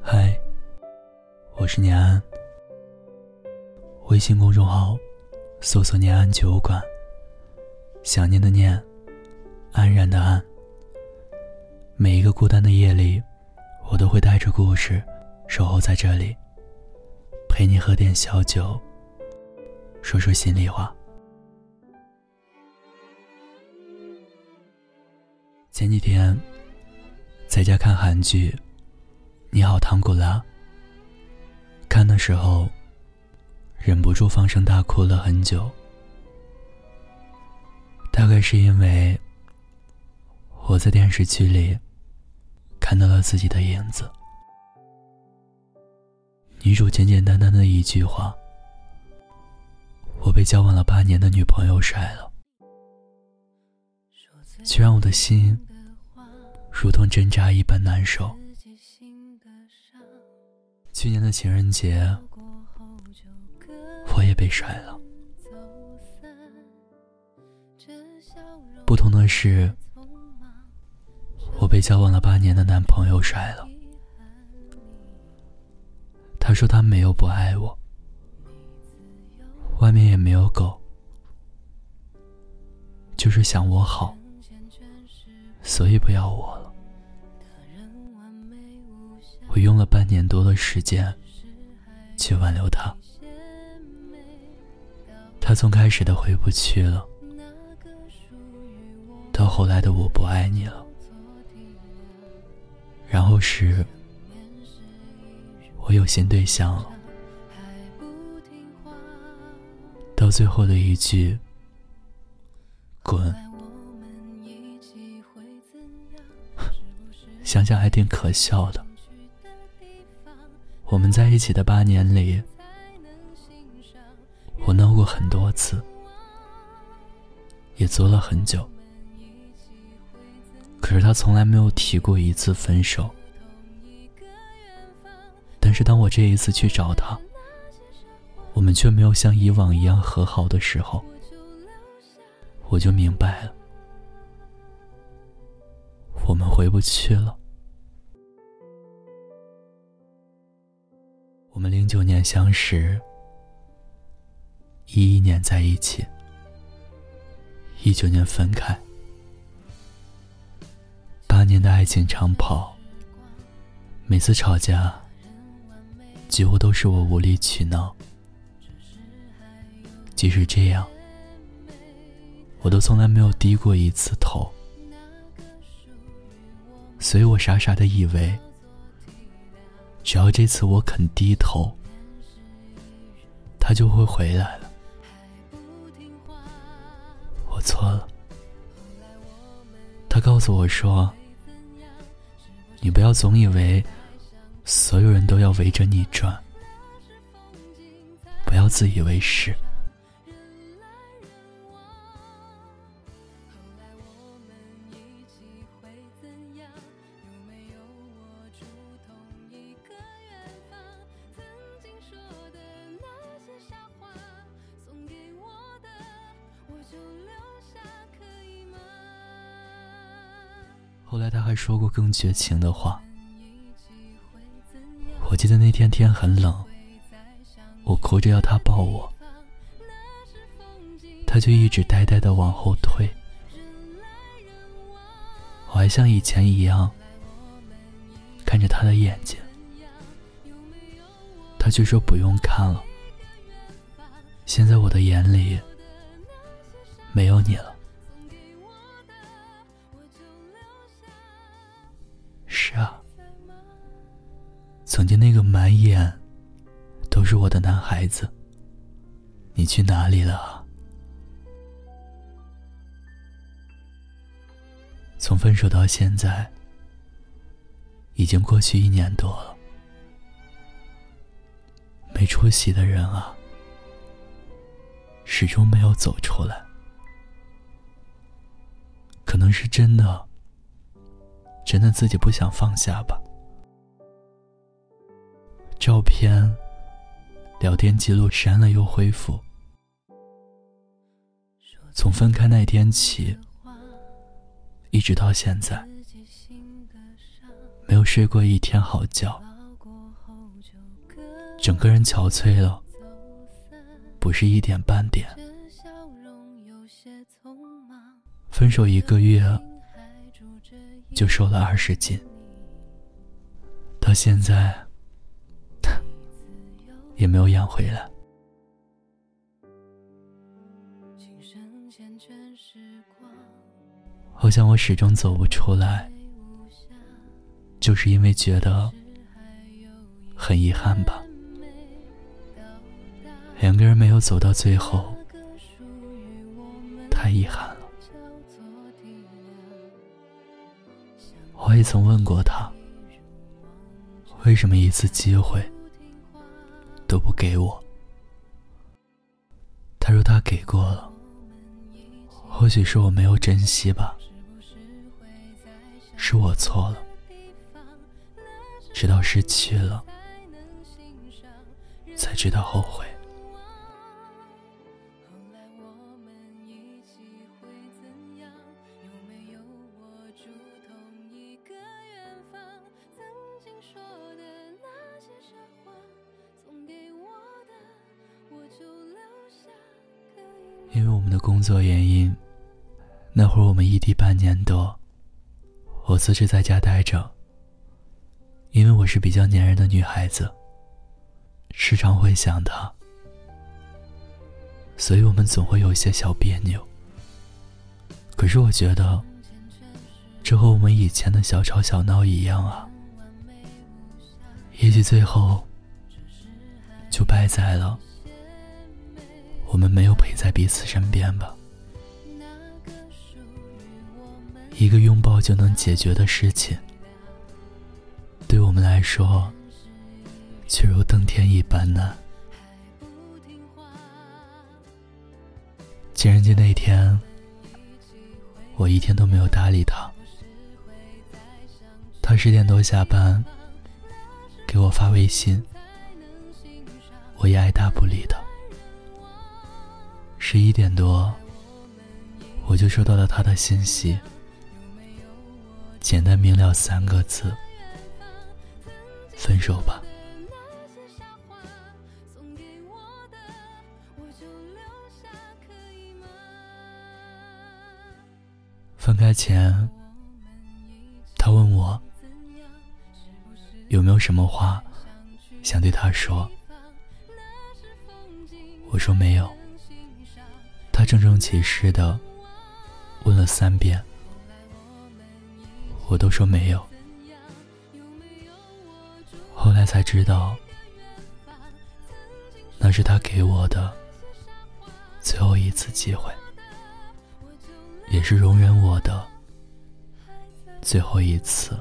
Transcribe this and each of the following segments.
嗨，我是念安。微信公众号搜索念安酒馆，想念的念，安然的安。每一个孤单的夜里，我都会带着故事守候在这里，陪你喝点小酒，说说心里话。前几天在家看韩剧你好唐古拉，看的时候忍不住放声大哭了很久。大概是因为我在电视剧里看到了自己的影子。女主简简单单的一句话，我被交往了8年的女朋友甩了，却让我的心如同针扎一般难受。去年的情人节，我也被甩了。不同的是，我被交往了8年的男朋友甩了。他说他没有不爱我，外面也没有狗，就是想我好，所以不要我了。我用了半年多的时间去挽留他，他从开始的回不去了，到后来的我不爱你了，然后是我有新对象了，到最后的一句滚，想想还挺可笑的。我们在一起的8年里，我闹过很多次，也作了很久，可是他从来没有提过一次分手。但是当我这一次去找他，我们却没有像以往一样和好的时候，我就明白了，我们回不去了。我们09年相识，11年在一起，19年分开。8年的爱情长跑，每次吵架几乎都是我无理取闹。即使这样，我都从来没有低过一次头，所以我傻傻的以为，只要这次我肯低头，他就会回来了。我错了。他告诉我说，你不要总以为所有人都要围着你转，不要自以为是。后来他还说过更绝情的话。我记得那天天很冷，我哭着要他抱我，他就一直呆呆地往后退。我还像以前一样看着他的眼睛，他却说不用看了，现在我的眼里没有你了。是啊，曾经那个满眼都是我的男孩子，你去哪里了？从分手到现在，已经过去1年多了。没出息的人啊，始终没有走出来。可能是真的自己不想放下吧。照片、聊天记录删了又恢复，从分开那天起，一直到现在，没有睡过一天好觉。 整个人憔悴了，不是一点半点。分手1个月就瘦了20斤，到现在也没有养回来。好像我始终走不出来，就是因为觉得很遗憾吧。2个人没有走到最后，太遗憾了。我也曾问过他，为什么一次机会都不给我？他说他给过了，或许是我没有珍惜吧，是我错了，直到失去了才知道后悔。因为我们的工作原因，那会儿我们异地半年多，我辞职在家待着。因为我是比较粘人的女孩子，时常会想他，所以我们总会有些小别扭。可是我觉得这和我们以前的小吵小闹一样啊，也许最后就败在了我们没有陪在彼此身边吧。一个拥抱就能解决的事情，对我们来说却如登天一般难。情人节那天，我一天都没有搭理他。他10点多下班给我发微信，我也爱答不理他。11点多我就收到了他的信息，简单明了3个字：分手吧。分开前，他问我有没有什么话想对他说，我说没有。他郑重其事地问了3遍，我都说没有。后来才知道，那是他给我的最后一次机会，也是容忍我的最后一次。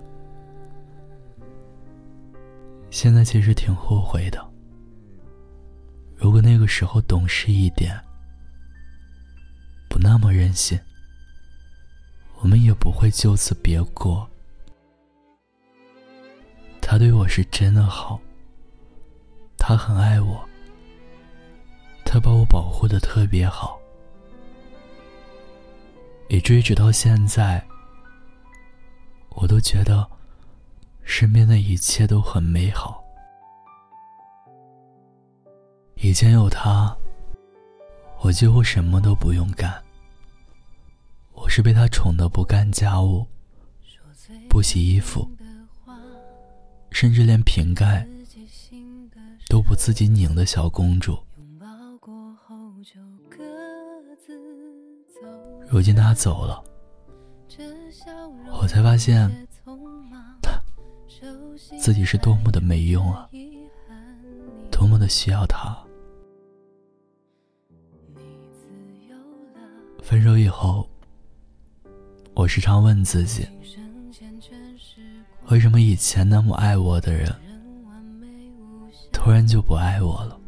现在其实挺后悔的，如果那个时候懂事一点，不那么任性，我们也不会就此别过。他对我是真的好，他很爱我，他把我保护得特别好，以至于直到现在，我都觉得身边的一切都很美好。以前有他，我几乎什么都不用干，我是被他宠得不干家务，不洗衣服，甚至连瓶盖都不自己拧的小公主。如今他走了，我才发现自己是多么的没用啊，多么的需要他。分手以后，我时常问自己，为什么以前那么爱我的人，突然就不爱我了？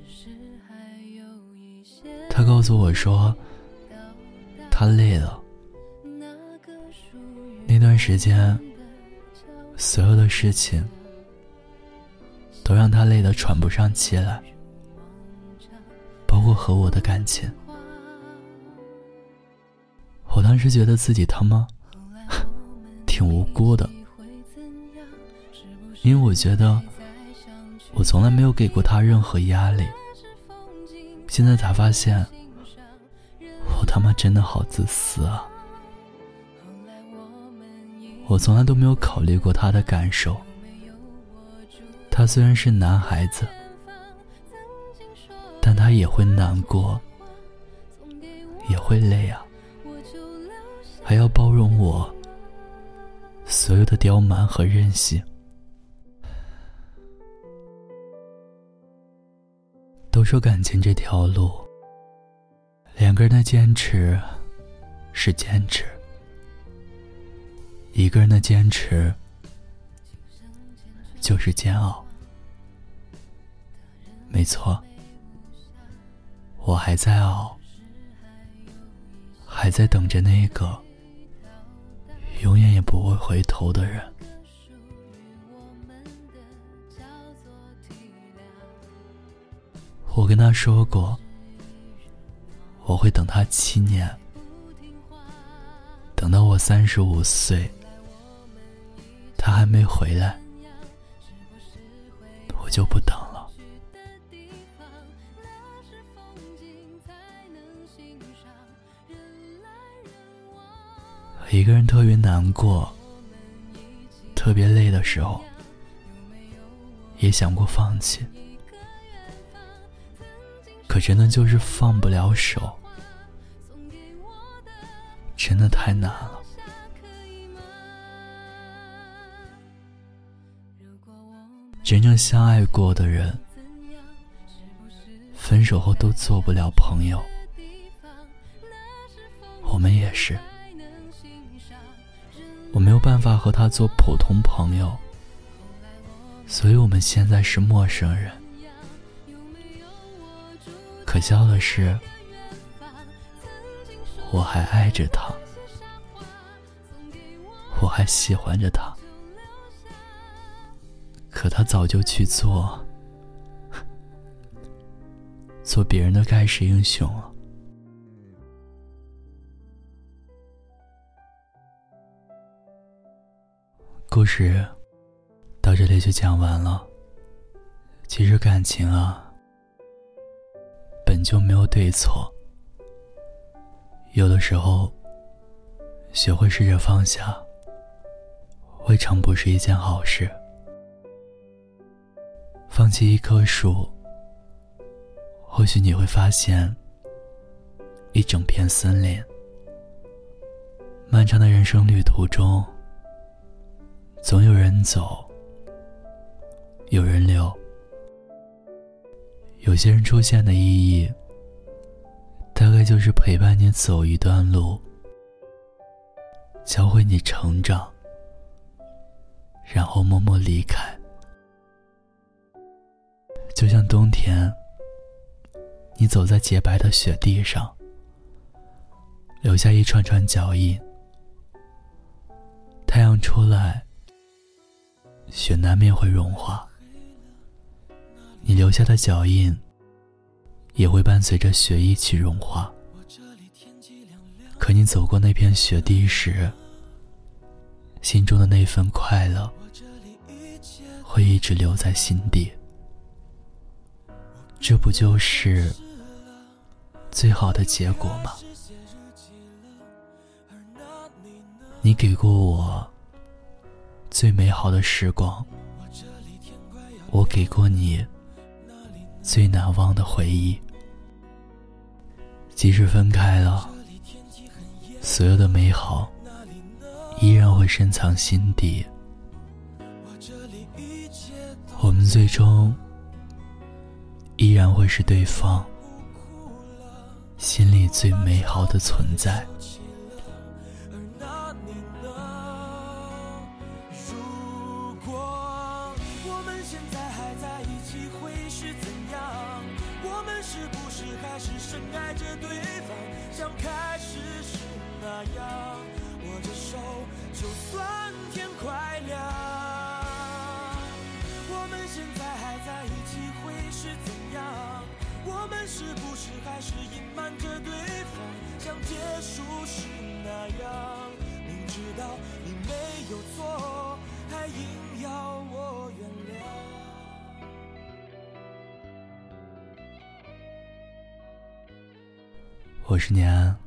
他告诉我说，他累了。那段时间，所有的事情都让他累得喘不上气来，包括和我的感情。我当时觉得自己他妈挺无辜的，因为我觉得我从来没有给过他任何压力，现在才发现我他妈真的好自私啊。我从来都没有考虑过他的感受，他虽然是男孩子，但他也会难过，也会累啊，还要包容我所有的刁蛮和任性。都说感情这条路，两个人的坚持是坚持，一个人的坚持就是煎熬。没错，我还在熬，还在等着那个永远也不会回头的人。我跟他说过，我会等他7年，等到我35岁，他还没回来，我就不等了。一个人特别难过，特别累的时候，也想过放弃，可真的就是放不了手，真的太难了。真正相爱过的人，分手后都做不了朋友。我们也是，我没有办法和他做普通朋友，所以我们现在是陌生人。可笑的是，我还爱着他，我还喜欢着他，可他早就去做别人的盖世英雄了。故事到这里就讲完了。其实感情啊，本就没有对错，有的时候学会试着放下，未尝不是一件好事。放弃一棵树，或许你会发现一整片森林。漫长的人生旅途中，总有人走，有人留。有些人出现的意义，大概就是陪伴你走一段路，教会你成长，然后默默离开。就像冬天，你走在洁白的雪地上，留下一串串脚印。太阳出来，雪难免会融化，你留下的脚印也会伴随着雪一起融化。可你走过那片雪地时，心中的那份快乐会一直留在心底。这不就是最好的结果吗？你给过我最美好的时光，我给过你最难忘的回忆。即使分开了，所有的美好依然会深藏心底。我们最终依然会是对方心里最美好的存在。 如果我们现在还在一起会是怎样？我们是不是还是深爱着对方，像开始时那样，握着手就算天快亮。我们现在还在一起会是怎样？我们是不是还是隐瞒着对方，像结束时那样，明知道你没有错，还硬要我原谅。 我是念安，